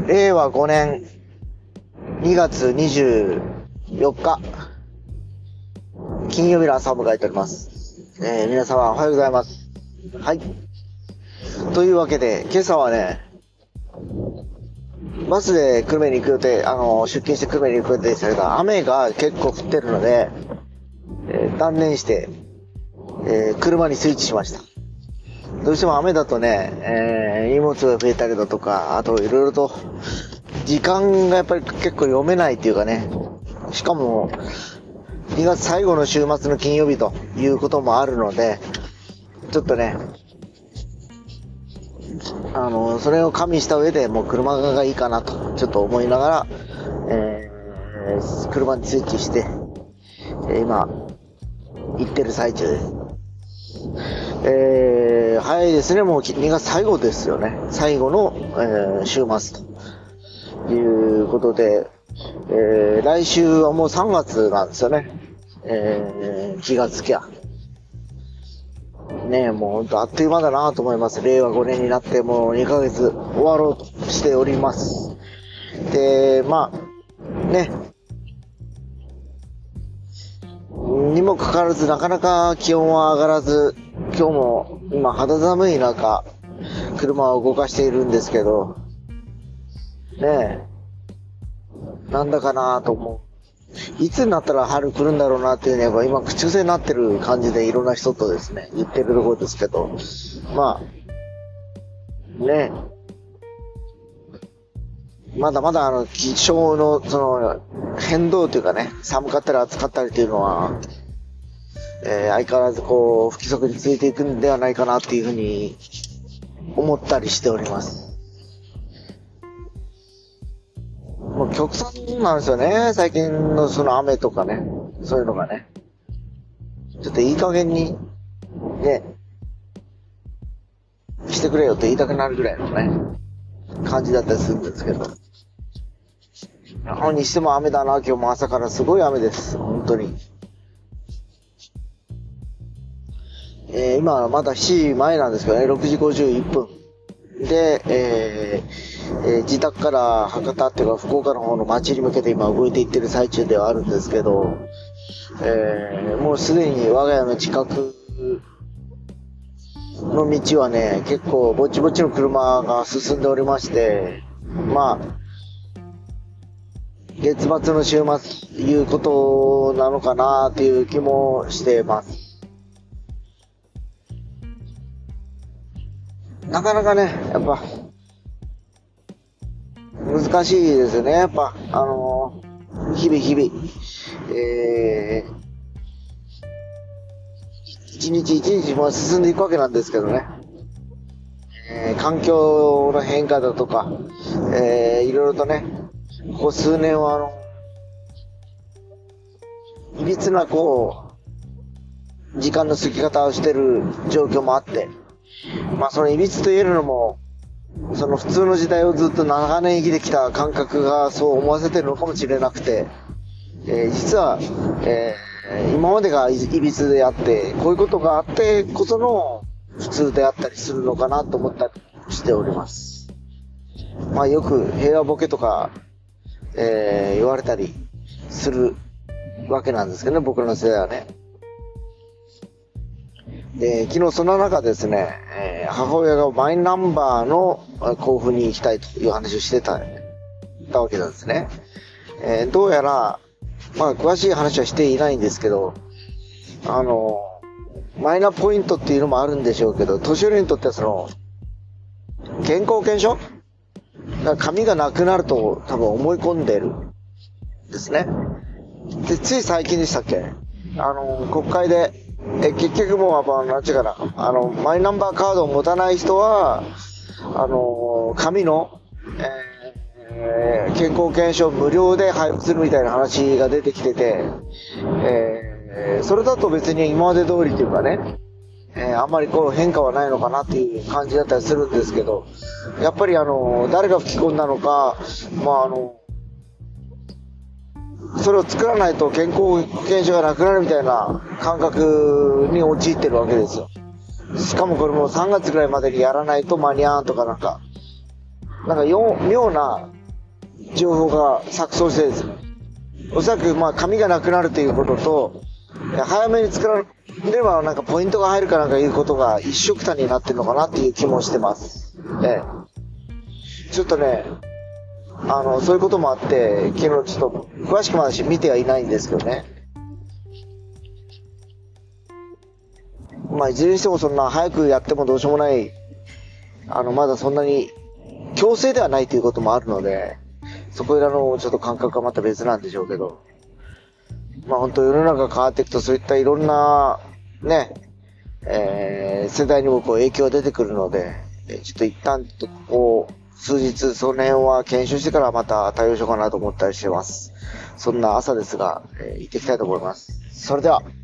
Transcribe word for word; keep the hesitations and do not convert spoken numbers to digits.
れいわごねんにがつにじゅうよっか金曜日の朝を迎えております。えー、皆様おはようございます。はい。というわけで、今朝はね、バスで久留米に行く予定、あの、出勤して久留米に行く予定でしたが、雨が結構降ってるので、えー、断念して、えー、車にスイッチしました。どうしても雨だとね、えー、荷物が増えたりだとか、あといろいろと、時間がやっぱり結構読めないっていうかね、しかも、にがつ最後の週末の金曜日ということもあるので、ちょっとね、あの、それを加味した上でもう車がいいかなと、ちょっと思いながら、えー、車にスイッチして、えー、今、行ってる最中です。えー、早いですね、もうにがつ最後ですよね。最後の、えー、週末ということで、えー、来週はもうさんがつなんですよね。えー、気がつきゃ。ねえ、もうほんとあっという間だなと思います。れいわごねんになってもうにかげつ終わろうとしております。で、まあ、ね。にもかかわらずなかなか気温は上がらず、今日も今肌寒い中、車を動かしているんですけど、ねえ、なんだかなと思う。いつになったら春来るんだろうなっていうね、今口癖になってる感じでいろんな人とですね、言ってるところですけど、まあ、ね、まだまだあの、気象のその、変動というかね、寒かったり暑かったりというのは、えー、相変わらずこう、不規則に続いていくんではないかなっていうふうに思ったりしております。もう極端なんですよね、最近のその雨とかね、そういうのがね。ちょっといい加減に、ね、してくれよって言いたくなるぐらいのね、感じだったりするんですけど。にしても雨だな、今日も朝からすごい雨です、本当に。えー、今はまだしちじまえなんですけどね、ろくじごじゅういっぷん。で、えーえー、自宅から博多っていうか福岡の方の街に向けて今動いていってる最中ではあるんですけど、えー、もうすでに我が家の近くの道はね、結構ぼちぼちの車が進んでおりまして、まあ、月末の週末いうことなのかなっていう気もしています。なかなかね、やっぱ、難しいですよね。やっぱ、あのー、日々日々、えー、一日一日も進んでいくわけなんですけどね。えー、環境の変化だとか、えー、いろいろとね、ここ数年はあの、いびつなこう、時間の過ぎ方をしてる状況もあって、まあそのいびつと言えるのも、その普通の時代をずっと長年生きてきた感覚がそう思わせてるのかもしれなくて、えー、実は、えー、今までがいびつであって、こういうことがあってこその普通であったりするのかなと思ったりしております。まあよく平和ボケとか、えー、言われたりするわけなんですけどね、僕らの世代はね。で、昨日その中ですね、えー、母親がマイナンバーの交付に行きたいという話をしてた、たわけなんですね。えー、どうやら、まあ詳しい話はしていないんですけど、あの、マイナポイントっていうのもあるんでしょうけど、年寄りにとってはその、健康保険証が紙がなくなると多分思い込んでるんですね。で、つい最近でしたっけ、あの、国会で、え、結局もう、やっぱ、なんちゅうかな、あの、マイナンバーカードを持たない人は、あの、紙の、えー、健康保険証無料で配布するみたいな話が出てきてて、えー、それだと別に今まで通りというかね、えー、あんまりこう変化はないのかなっていう感じだったりするんですけど、やっぱりあの、誰が吹き込んだのか、まああの、それを作らないと健康保険証がなくなるみたいな感覚に陥ってるわけですよ。しかもこれもさんがつぐらいまでにやらないと間に合わんとかなんかなんかよ、妙な情報が錯綜してですね。おそらく、まあ、紙がなくなるということと、早めに作られば、なんかポイントが入るかなんかいうことが一緒くたになってるのかなっていう気もしてます。ええ。ちょっとね、あの、そういうこともあって、昨日ちょっと、詳しくまだ見てはいないんですけどね。まあ、いずれにしてもそんな早くやってもどうしようもない、あの、まだそんなに強制ではないということもあるので、そこらのちょっと感覚がまた別なんでしょうけど、まあ本当世の中変わっていくとそういったいろんな、ね、えー、世代にもこう影響が出てくるので、ちょっと一旦とこう、数日その辺は検証してからまた対応しようかなと思ったりしてます。そんな朝ですが、えー、行ってきたいと思います。それでは。